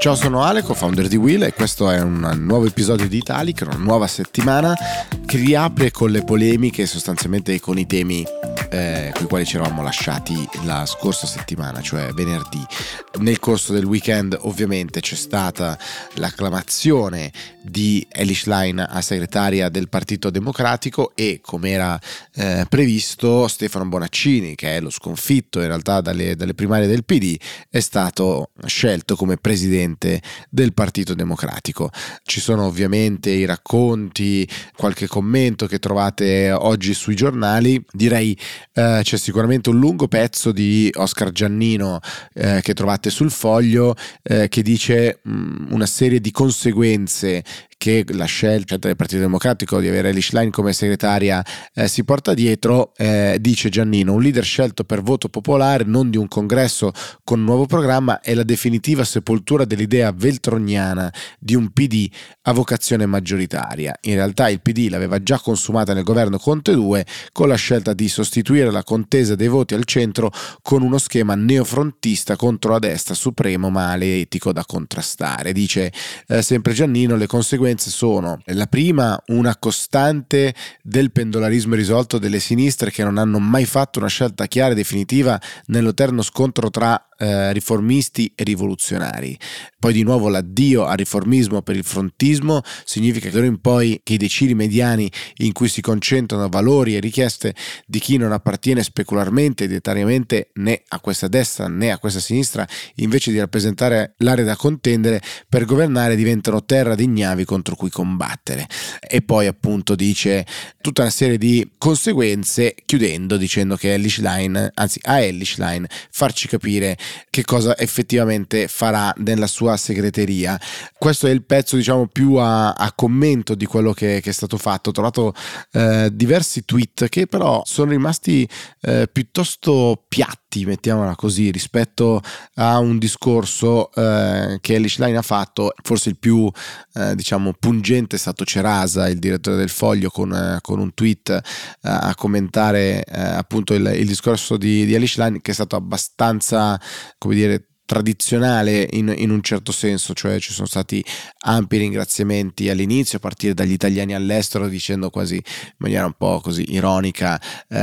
Ciao, sono Ale, co-founder di Will, e questo è un nuovo episodio di Italic, una nuova settimana che riapre con le polemiche, sostanzialmente con i temi con i quali ci eravamo lasciati la scorsa settimana, cioè venerdì. Nel corso del weekend ovviamente c'è stata l'acclamazione di Elly Schlein a segretaria del Partito Democratico e, come era previsto, Stefano Bonaccini, che è lo sconfitto in realtà dalle primarie del PD, è stato scelto come presidente del Partito Democratico. Ci sono ovviamente i racconti, qualche commento che trovate oggi sui giornali. Direi c'è sicuramente un lungo pezzo di Oscar Giannino che trovate sul Foglio che dice una serie di conseguenze che la scelta del Partito Democratico di avere Elly Schlein come segretaria si porta dietro. Dice Giannino: un leader scelto per voto popolare, non di un congresso con un nuovo programma, è la definitiva sepoltura dell'idea veltroniana di un PD a vocazione maggioritaria. In realtà il PD l'aveva già consumata nel governo Conte 2 con la scelta di sostituire la contesa dei voti al centro con uno schema neofrontista contro la destra, supremo male etico da contrastare. Dice sempre Giannino: le conseguenze sono la prima, una costante del pendolarismo irrisolto delle sinistre che non hanno mai fatto una scelta chiara e definitiva nell'eterno scontro tra riformisti e rivoluzionari. Poi di nuovo l'addio al riformismo per il frontismo significa che d'ora in poi che i decili mediani in cui si concentrano valori e richieste di chi non appartiene specularmente e identitariamente né a questa destra né a questa sinistra, invece di rappresentare l'area da contendere per governare, diventano terra di ignavi contro cui combattere. E poi appunto dice tutta una serie di conseguenze, chiudendo dicendo che Elly Schlein, anzi a Elly Schlein, farci capire che cosa effettivamente farà nella sua segreteria. Questo è il pezzo, diciamo, più a commento di quello che è stato fatto. Ho trovato diversi tweet che però sono rimasti piuttosto piatti, mettiamola così, rispetto a un discorso che Elly Schlein ha fatto. Forse il più diciamo pungente è stato Cerasa, il direttore del Foglio, con un tweet a commentare appunto il discorso di Elly Schlein, che è stato abbastanza, come dire, tradizionale in un certo senso, cioè ci sono stati ampi ringraziamenti all'inizio, a partire dagli italiani all'estero, dicendo quasi in maniera un po' così ironica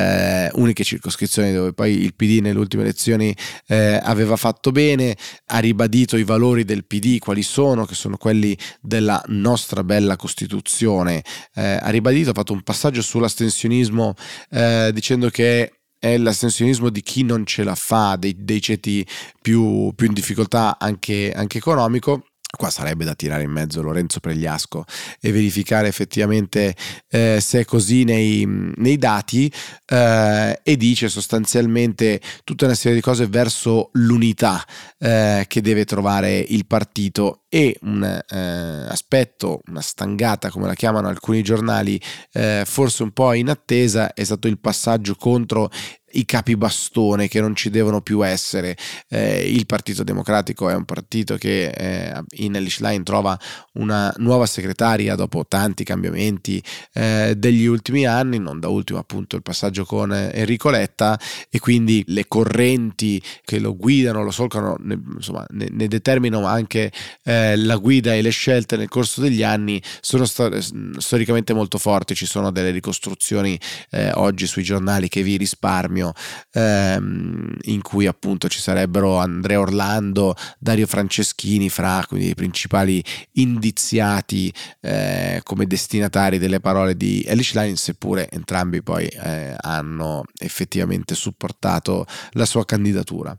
uniche circoscrizioni dove poi il PD nelle ultime elezioni aveva fatto bene. Ha ribadito i valori del PD, quali sono, che sono quelli della nostra bella Costituzione. Ha ribadito, ha fatto un passaggio sull'astensionismo dicendo che è l'astensionismo di chi non ce la fa, dei ceti più in difficoltà anche economico. Qua sarebbe da tirare in mezzo Lorenzo Pregliasco e verificare effettivamente se è così nei dati, e dice sostanzialmente tutta una serie di cose verso l'unità che deve trovare il partito. E un aspetto, una stangata come la chiamano alcuni giornali, forse un po' in attesa, è stato il passaggio contro i capibastone che non ci devono più essere. Il Partito Democratico è un partito che in Elly Schlein trova una nuova segretaria dopo tanti cambiamenti degli ultimi anni, non da ultimo appunto il passaggio con Enrico Letta, e quindi le correnti che lo guidano, lo solcano, insomma ne determinano anche la guida e le scelte nel corso degli anni, sono storicamente molto forti. Ci sono delle ricostruzioni oggi sui giornali che vi risparmio, in cui appunto ci sarebbero Andrea Orlando, Dario Franceschini fra i principali indiziati come destinatari delle parole di Elly Schlein, seppure entrambi poi hanno effettivamente supportato la sua candidatura.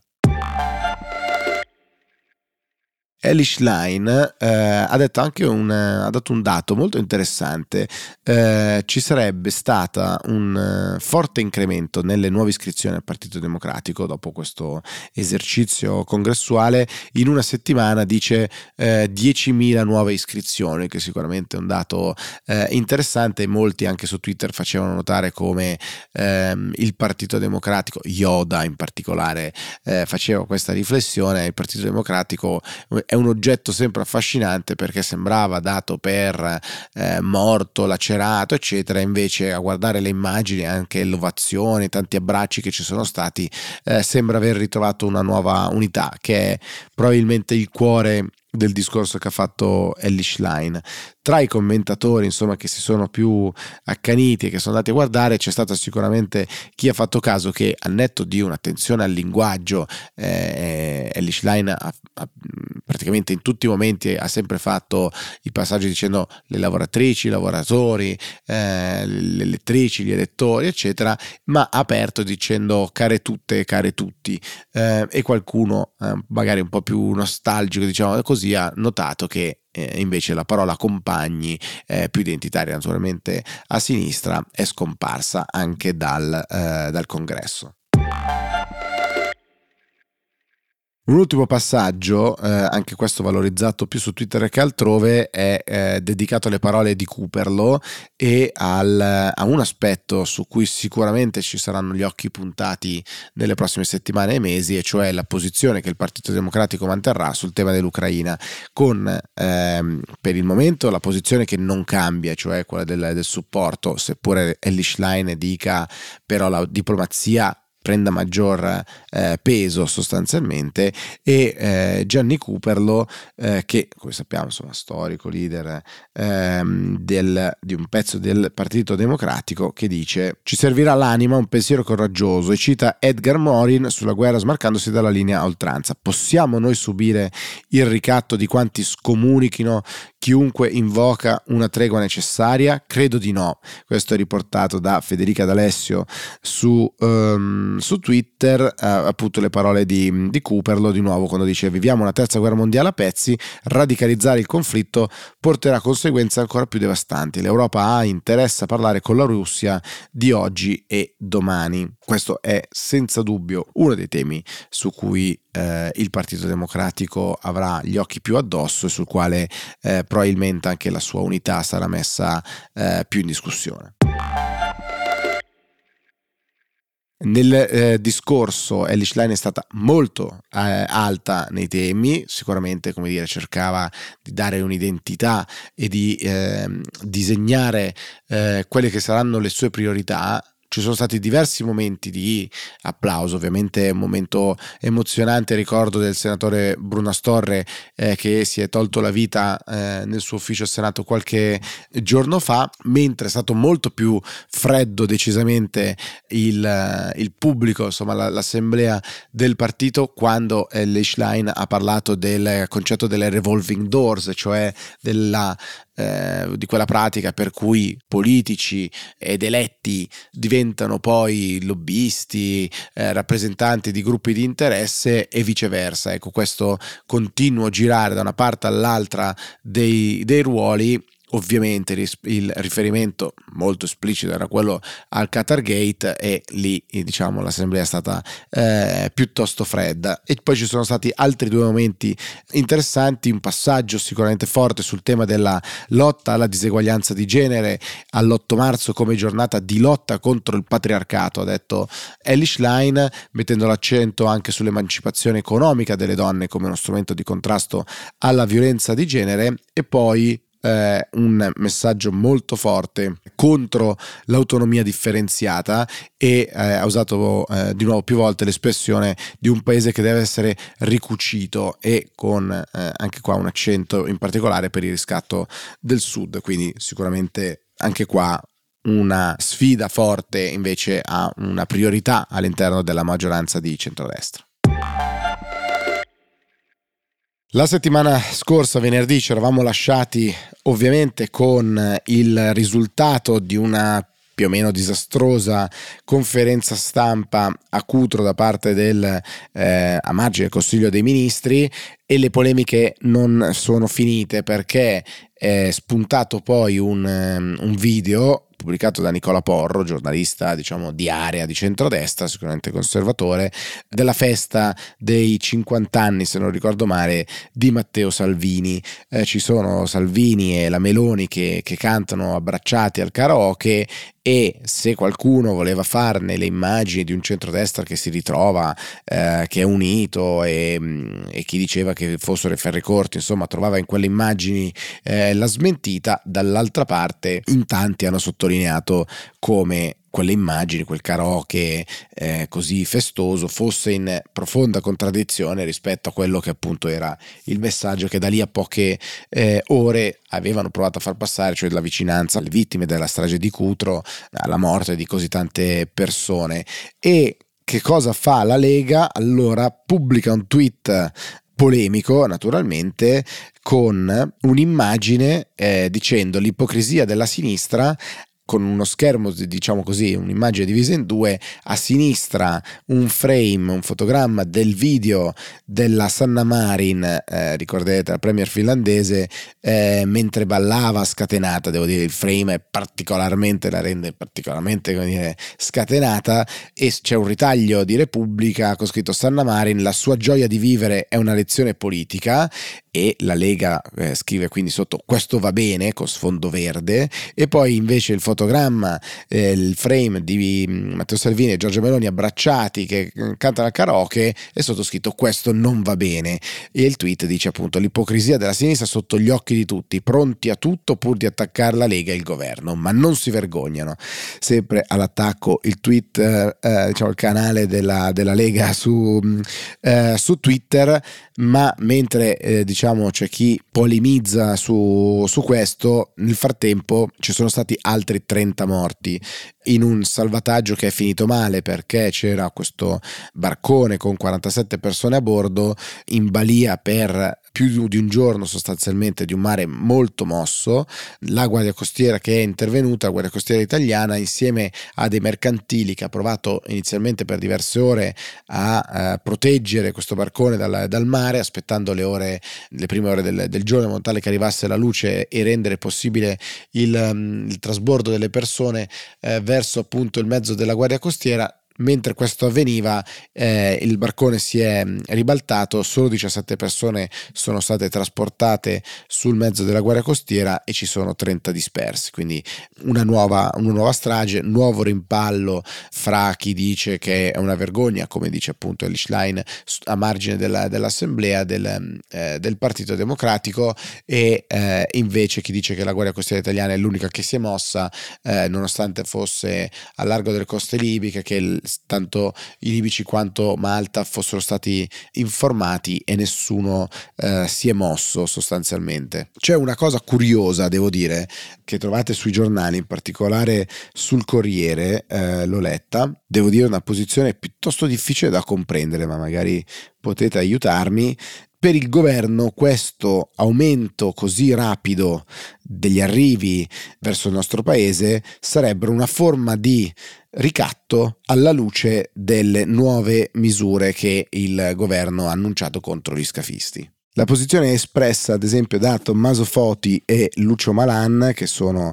Elly Schlein ha detto anche ha dato un dato molto interessante. Ci sarebbe stata un forte incremento nelle nuove iscrizioni al Partito Democratico dopo questo esercizio congressuale. In una settimana, dice, 10.000 nuove iscrizioni, che sicuramente è un dato interessante. Molti anche su Twitter facevano notare come il Partito Democratico, Yoda in particolare, faceva questa riflessione: il Partito Democratico è un oggetto sempre affascinante perché sembrava dato per morto, lacerato, eccetera. Invece, a guardare le immagini, anche l'ovazione, tanti abbracci che ci sono stati, sembra aver ritrovato una nuova unità, che è probabilmente il cuore del discorso che ha fatto Elly Schlein. Tra i commentatori, insomma, che si sono più accaniti e che sono andati a guardare, c'è stato sicuramente chi ha fatto caso che, al netto di un'attenzione al linguaggio, Elly Schlein praticamente in tutti i momenti ha sempre fatto i passaggi dicendo le lavoratrici, i lavoratori, le elettrici, gli elettori, eccetera, ma ha aperto dicendo care tutte, care tutti, e qualcuno magari un po' più nostalgico, diciamo così, ha notato che invece la parola compagni, più identitaria naturalmente a sinistra, è scomparsa anche dal congresso. Un ultimo passaggio, anche questo valorizzato più su Twitter che altrove, è dedicato alle parole di Cooperlo e a un aspetto su cui sicuramente ci saranno gli occhi puntati nelle prossime settimane e mesi, e cioè la posizione che il Partito Democratico manterrà sul tema dell'Ucraina, con per il momento la posizione che non cambia, cioè quella del supporto, seppure Elly Schlein dica però la diplomazia prenda maggior peso sostanzialmente, e Gianni Cooperlo, che come sappiamo insomma storico leader di un pezzo del Partito Democratico, che dice: ci servirà l'anima, un pensiero coraggioso, e cita Edgar Morin sulla guerra smarcandosi dalla linea a oltranza. Possiamo noi subire il ricatto di quanti scomunichino chiunque invoca una tregua necessaria? Credo di no. Questo è riportato da Federica D'Alessio su Twitter, appunto le parole di Cooperlo di nuovo quando dice: viviamo una terza guerra mondiale a pezzi, radicalizzare il conflitto porterà a conseguenze ancora più devastanti. L'Europa ha interesse a parlare con la Russia di oggi e domani. Questo è senza dubbio uno dei temi su cui il Partito Democratico avrà gli occhi più addosso e sul quale probabilmente anche la sua unità sarà messa più in discussione. Nel discorso Elly Schlein è stata molto alta nei temi, sicuramente, come dire, cercava di dare un'identità e di disegnare quelle che saranno le sue priorità. Ci sono stati diversi momenti di applauso, ovviamente un momento emozionante, ricordo del senatore Bruno Astorre che si è tolto la vita nel suo ufficio al Senato qualche giorno fa, mentre è stato molto più freddo decisamente il pubblico, insomma l'assemblea del partito, quando Elly Schlein ha parlato del concetto delle revolving doors, cioè di quella pratica per cui politici ed eletti diventano poi lobbisti, rappresentanti di gruppi di interesse e viceversa. Ecco, questo continuo girare da una parte all'altra dei ruoli. Ovviamente il riferimento molto esplicito era quello al Qatargate, e lì diciamo l'assemblea è stata piuttosto fredda. E poi ci sono stati altri due momenti interessanti, un passaggio sicuramente forte sul tema della lotta alla diseguaglianza di genere all'8 marzo come giornata di lotta contro il patriarcato, ha detto Elly Schlein, mettendo l'accento anche sull'emancipazione economica delle donne come uno strumento di contrasto alla violenza di genere. E poi un messaggio molto forte contro l'autonomia differenziata, e ha usato di nuovo più volte l'espressione di un paese che deve essere ricucito, e con anche qua un accento in particolare per il riscatto del sud. Quindi sicuramente anche qua una sfida forte invece a una priorità all'interno della maggioranza di centrodestra. La settimana scorsa, venerdì, ci eravamo lasciati ovviamente con il risultato di una più o meno disastrosa conferenza stampa a Cutro da parte a margine del Consiglio dei Ministri, e le polemiche non sono finite, perché è spuntato poi un video pubblicato da Nicola Porro, giornalista diciamo di area di centrodestra, sicuramente conservatore, della festa dei 50 anni, se non ricordo male, di Matteo Salvini. Ci sono Salvini e la Meloni che cantano abbracciati al karaoke, e se qualcuno voleva farne le immagini di un centrodestra che si ritrova, che è unito, e chi diceva che fossero i ferri corti, insomma trovava in quelle immagini la smentita, dall'altra parte in tanti hanno sottolineato come quelle immagini, quel karaoke così festoso fosse in profonda contraddizione rispetto a quello che appunto era il messaggio che da lì a poche ore avevano provato a far passare, cioè la vicinanza alle vittime della strage di Cutro, alla morte di così tante persone. E che cosa fa la Lega? Allora pubblica un tweet polemico, naturalmente, con un'immagine dicendo l'ipocrisia della sinistra, con uno schermo, diciamo così, un'immagine divisa in due, a sinistra un frame, un fotogramma del video della Sanna Marin, ricordate la premier finlandese, mentre ballava scatenata. Devo dire, il frame è la rende particolarmente, come dire, scatenata, e c'è un ritaglio di Repubblica con scritto Sanna Marin, la sua gioia di vivere è una lezione politica, e la Lega scrive quindi sotto questo va bene con sfondo verde, e poi invece il fotogramma, il frame di Matteo Salvini e Giorgia Meloni abbracciati che cantano al karaoke, è sottoscritto questo non va bene, e il tweet dice appunto l'ipocrisia della sinistra sotto gli occhi di tutti, pronti a tutto pur di attaccare la Lega e il governo, ma non si vergognano. Sempre all'attacco il tweet, diciamo il canale della Lega su Twitter, ma mentre diciamo c'è chi polemizza su questo, nel frattempo ci sono stati altri 30 morti in un salvataggio che è finito male, perché c'era questo barcone con 47 persone a bordo in balia per più di un giorno, sostanzialmente, di un mare molto mosso. La Guardia Costiera che è intervenuta, la Guardia Costiera italiana, insieme a dei mercantili, che ha provato inizialmente per diverse ore a proteggere questo barcone dal mare, aspettando le prime ore del giorno, in modo tale che arrivasse la luce e rendere possibile il trasbordo delle persone verso appunto il mezzo della Guardia Costiera. Mentre questo avveniva, il barcone si è ribaltato, solo 17 persone sono state trasportate sul mezzo della Guardia Costiera e ci sono 30 dispersi, quindi una nuova strage, nuovo rimpallo fra chi dice che è una vergogna, come dice appunto Elish Line a margine dell'assemblea del Partito Democratico, e invece chi dice che la Guardia Costiera italiana è l'unica che si è mossa, nonostante fosse a largo delle coste libiche, che tanto i libici quanto Malta fossero stati informati e nessuno si è mosso sostanzialmente. C'è una cosa curiosa, devo dire, che trovate sui giornali, in particolare sul Corriere, l'ho letta, devo dire una posizione piuttosto difficile da comprendere, ma magari potete aiutarmi. Per il governo questo aumento così rapido degli arrivi verso il nostro paese sarebbero una forma di ricatto alla luce delle nuove misure che il governo ha annunciato contro gli scafisti. La posizione è espressa ad esempio da Tommaso Foti e Lucio Malan, che sono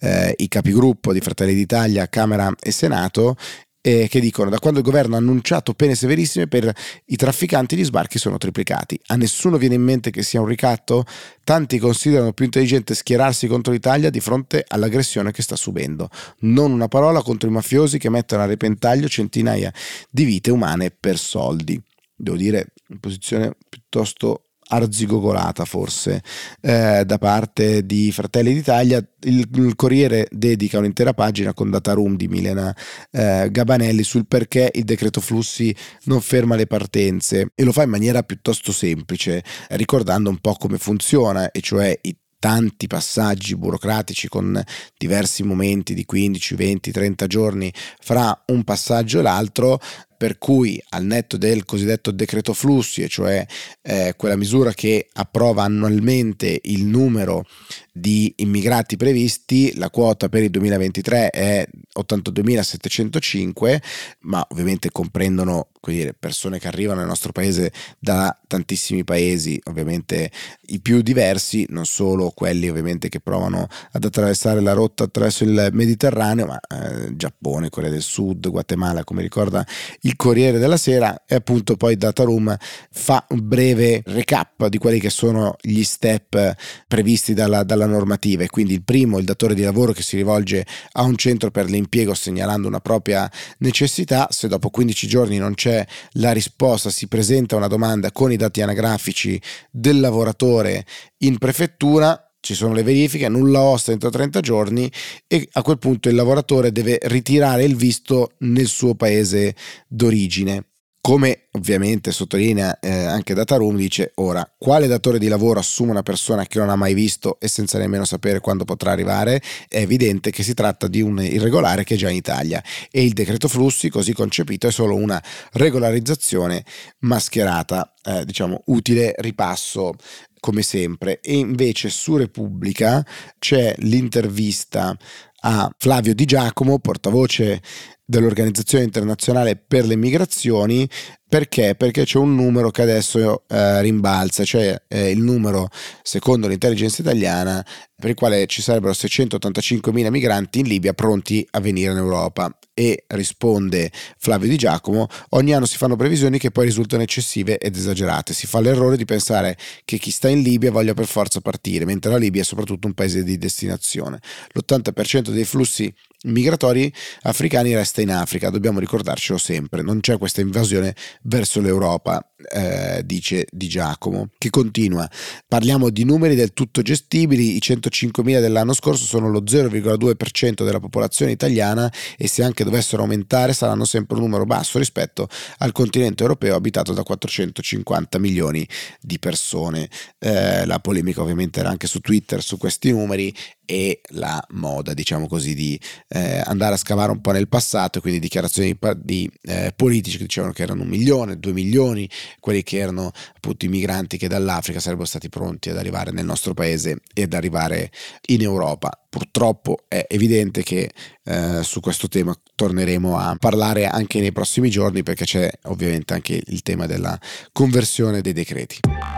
i capigruppo di Fratelli d'Italia, Camera e Senato, che dicono: da quando il governo ha annunciato pene severissime per i trafficanti, gli sbarchi sono triplicati. A nessuno viene in mente che sia un ricatto? Tanti considerano più intelligente schierarsi contro l'Italia di fronte all'aggressione che sta subendo. Non una parola contro i mafiosi che mettono a repentaglio centinaia di vite umane per soldi. Devo dire, in posizione piuttosto arzigogolata forse da parte di Fratelli d'Italia. Il Corriere dedica un'intera pagina con data room di Milena Gabanelli sul perché il decreto flussi non ferma le partenze, e lo fa in maniera piuttosto semplice, ricordando un po' come funziona, e cioè i tanti passaggi burocratici con diversi momenti di 15, 20, 30 giorni fra un passaggio e l'altro, per cui al netto del cosiddetto decreto flussi, e cioè quella misura che approva annualmente il numero di immigrati previsti, la quota per il 2023 è 82.705, ma ovviamente comprendono, come dire, persone che arrivano nel nostro paese da tantissimi paesi, ovviamente i più diversi, non solo quelli ovviamente che provano ad attraversare la rotta attraverso il Mediterraneo, ma Giappone, Corea del Sud, Guatemala, come ricorda il Corriere della Sera. E appunto poi Data Room fa un breve recap di quelli che sono gli step previsti dalla normativa, e quindi il primo, il datore di lavoro che si rivolge a un centro per l'impiego segnalando una propria necessità. Se dopo 15 giorni non c'è la risposta, si presenta una domanda con i dati anagrafici del lavoratore in prefettura. ci sono le verifiche, nulla osta entro 30 giorni e a quel punto il lavoratore deve ritirare il visto nel suo paese d'origine. Come ovviamente sottolinea anche Dataroom, dice: ora, quale datore di lavoro assume una persona che non ha mai visto e senza nemmeno sapere quando potrà arrivare? È evidente che si tratta di un irregolare che è già in Italia e il decreto flussi così concepito è solo una regolarizzazione mascherata, utile ripasso come sempre. E invece su Repubblica c'è l'intervista a Flavio Di Giacomo, portavoce dell'Organizzazione Internazionale per le Migrazioni. Perché? Perché c'è un numero che adesso rimbalza, cioè il numero, secondo l'intelligence italiana, per il quale ci sarebbero 685.000 migranti in Libia pronti a venire in Europa. E risponde Flavio Di Giacomo: ogni anno si fanno previsioni che poi risultano eccessive ed esagerate. Si fa l'errore di pensare che chi sta in Libia voglia per forza partire, mentre la Libia è soprattutto un paese di destinazione. L'80% dei flussi migratori africani resta in Africa, dobbiamo ricordarcelo sempre, non c'è questa invasione verso l'Europa, dice Di Giacomo, che continua: parliamo di numeri del tutto gestibili, i 105.000 dell'anno scorso sono lo 0,2% della popolazione italiana e se anche dovessero aumentare saranno sempre un numero basso rispetto al continente europeo abitato da 450 milioni di persone. La polemica ovviamente era anche su Twitter su questi numeri e la moda, diciamo così, di andare a scavare un po' nel passato, quindi dichiarazioni di politici che dicevano che erano 1 milione, 2 milioni quelli che erano appunto i migranti che dall'Africa sarebbero stati pronti ad arrivare nel nostro paese e ad arrivare in Europa. Purtroppo è evidente che su questo tema torneremo a parlare anche nei prossimi giorni, perché c'è ovviamente anche il tema della conversione dei decreti.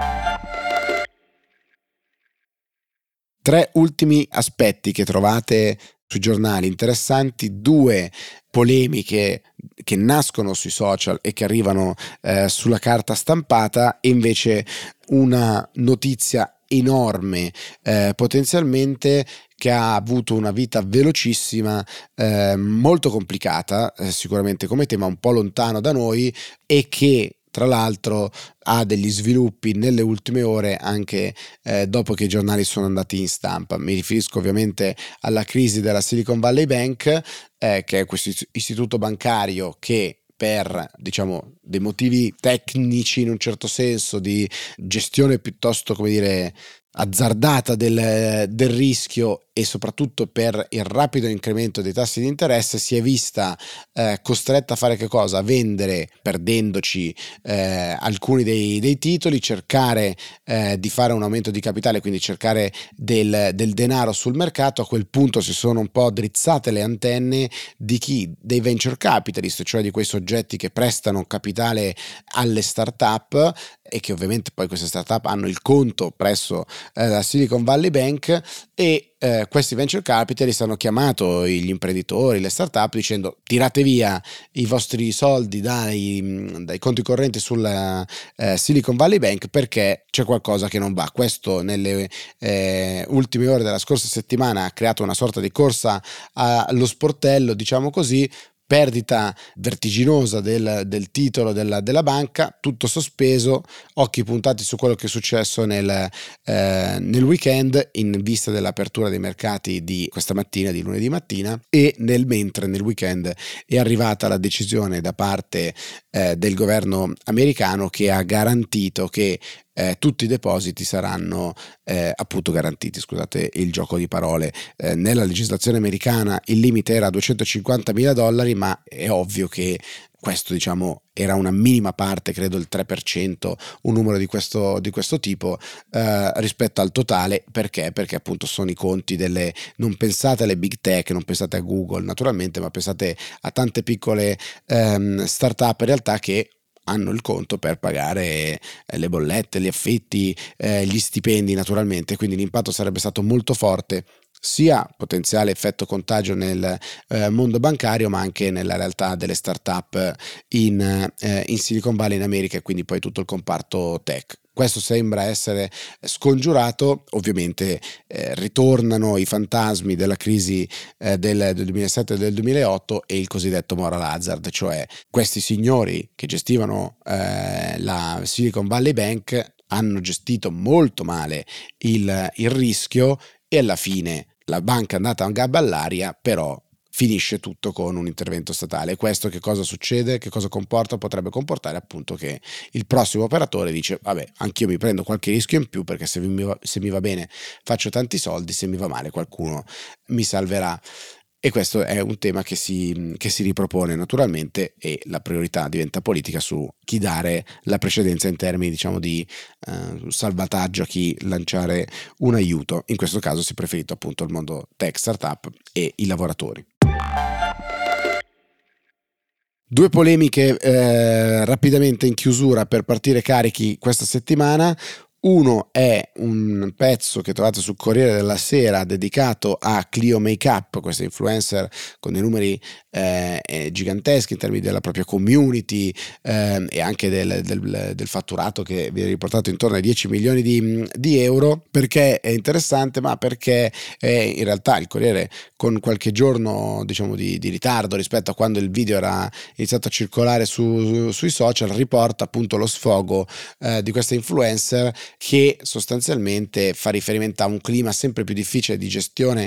3 ultimi aspetti che trovate sui giornali interessanti: 2 polemiche che nascono sui social e che arrivano sulla carta stampata, e invece una notizia enorme potenzialmente, che ha avuto una vita velocissima, molto complicata sicuramente come tema, un po' lontano da noi, e che tra l'altro ha degli sviluppi nelle ultime ore anche dopo che i giornali sono andati in stampa. Mi riferisco ovviamente alla crisi della Silicon Valley Bank, che è questo istituto bancario che per, diciamo, dei motivi tecnici, in un certo senso, di gestione piuttosto, come dire, azzardata del rischio, e soprattutto per il rapido incremento dei tassi di interesse, si è vista costretta a fare che cosa? A vendere, perdendoci alcuni dei titoli, cercare di fare un aumento di capitale, quindi cercare del denaro sul mercato. A quel punto si sono un po' drizzate le antenne di chi? Dei venture capitalist, cioè di quei soggetti che prestano capitale alle start-up e che ovviamente poi queste start-up hanno il conto presso la Silicon Valley Bank, e questi venture capitalist hanno chiamato gli imprenditori, le start-up, dicendo: tirate via i vostri soldi dai conti correnti sulla Silicon Valley Bank, perché c'è qualcosa che non va. Questo nelle ultime ore della scorsa settimana ha creato una sorta di corsa allo sportello, diciamo così, perdita vertiginosa del titolo della banca, tutto sospeso, occhi puntati su quello che è successo nel weekend in vista dell'apertura dei mercati di questa mattina, di lunedì mattina, e nel weekend è arrivata la decisione da parte del governo americano, che ha garantito che tutti i depositi saranno appunto garantiti, scusate il gioco di parole. Nella legislazione americana il limite era $250.000, ma è ovvio che questo, diciamo, era una minima parte, credo il 3%, un numero di questo tipo rispetto al totale. Perché? Perché appunto sono i conti non pensate alle big tech, non pensate a Google naturalmente, ma pensate a tante piccole startup in realtà, che hanno il conto per pagare le bollette, gli affitti, gli stipendi naturalmente. Quindi l'impatto sarebbe stato molto forte, sia potenziale effetto contagio nel mondo bancario, ma anche nella realtà delle start-up in Silicon Valley in America, e quindi poi tutto il comparto tech. Questo sembra essere scongiurato. Ovviamente ritornano i fantasmi della crisi del 2007 e del 2008 e il cosiddetto moral hazard, cioè questi signori che gestivano la Silicon Valley Bank hanno gestito molto male il rischio e alla fine la banca è andata a gamba all'aria, però finisce tutto con un intervento statale. Questo che cosa succede? Che cosa comporta? Potrebbe comportare appunto che il prossimo operatore dice vabbè, anch'io mi prendo qualche rischio in più, perché se mi va bene faccio tanti soldi, se mi va male qualcuno mi salverà. E questo è un tema che si ripropone naturalmente, e la priorità diventa politica su chi dare la precedenza in termini, diciamo, di salvataggio, a chi lanciare un aiuto. In questo caso si è preferito appunto il mondo tech, startup e i lavoratori. Due polemiche rapidamente in chiusura per partire carichi questa settimana. Uno è un pezzo che trovate sul Corriere della Sera dedicato a Clio Makeup, questa influencer con dei numeri giganteschi in termini della propria community e anche del fatturato che viene riportato intorno ai 10 milioni di euro. Perché è interessante? Ma perché in realtà il Corriere, con qualche giorno diciamo di ritardo rispetto a quando il video era iniziato a circolare sui social, riporta appunto lo sfogo di questa influencer, che sostanzialmente fa riferimento a un clima sempre più difficile di gestione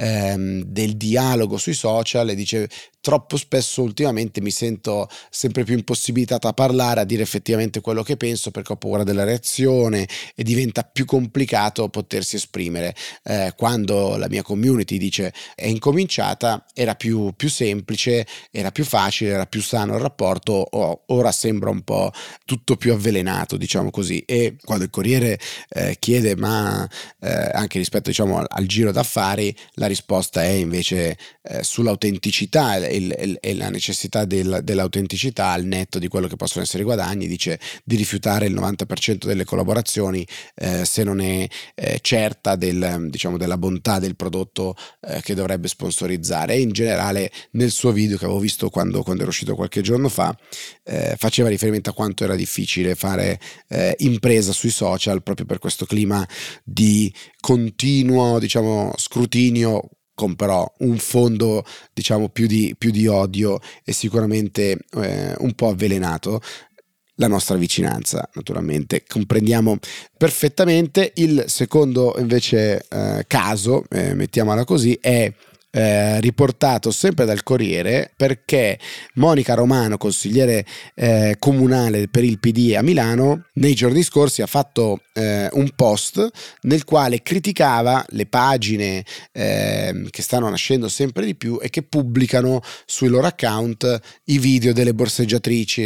del dialogo sui social, e dice: troppo spesso ultimamente mi sento sempre più impossibilitato a parlare, a dire effettivamente quello che penso, perché ho paura della reazione e diventa più complicato potersi esprimere. Quando la mia community, dice, è incominciata era più semplice, era più facile, era più sano il rapporto, ora sembra un po' tutto più avvelenato, diciamo così. E quando il Corriere chiede ma anche rispetto, diciamo, al giro d'affari, la risposta è invece sull'autenticità e la necessità dell'autenticità al netto di quello che possono essere i guadagni. Dice di rifiutare il 90% delle collaborazioni se non è certa diciamo, della bontà del prodotto che dovrebbe sponsorizzare. E in generale nel suo video, che avevo visto quando era uscito qualche giorno fa, faceva riferimento a quanto era difficile fare impresa sui social, proprio per questo clima di continuo, diciamo, scrutinio, con però un fondo, diciamo, più di odio, e sicuramente un po' avvelenato. La nostra vicinanza, naturalmente, comprendiamo perfettamente. Il secondo invece caso, mettiamola così, è riportato sempre dal Corriere, perché Monica Romano, consigliere comunale per il PD a Milano, nei giorni scorsi ha fatto un post nel quale criticava le pagine che stanno nascendo sempre di più e che pubblicano sui loro account i video delle borseggiatrici,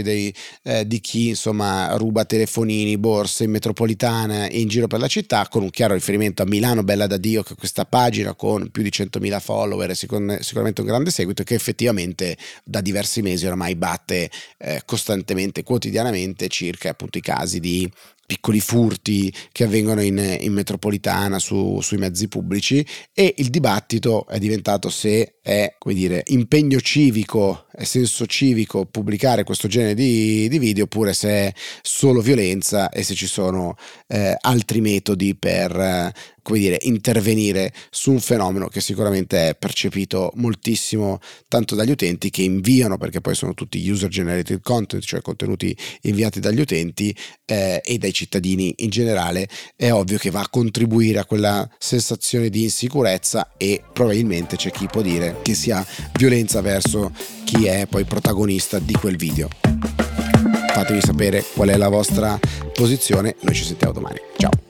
di chi insomma ruba telefonini, borse in metropolitana e in giro per la città, con un chiaro riferimento a Milano Bella da Dio, che è questa pagina con più di 100.000 follower, sicuramente un grande seguito, che effettivamente da diversi mesi oramai batte costantemente, quotidianamente, circa appunto i casi di piccoli furti che avvengono in metropolitana sui mezzi pubblici. E il dibattito è diventato se è, come dire, impegno civico, è senso civico pubblicare questo genere di video, oppure se è solo violenza e se ci sono altri metodi per come dire, intervenire su un fenomeno che sicuramente è percepito moltissimo tanto dagli utenti che inviano, perché poi sono tutti user generated content, cioè contenuti inviati dagli utenti e dai cittadini in generale. È ovvio che va a contribuire a quella sensazione di insicurezza, e probabilmente c'è chi può dire che sia violenza verso chi è poi protagonista di quel video. Fatemi sapere qual è la vostra posizione, noi ci sentiamo domani, ciao.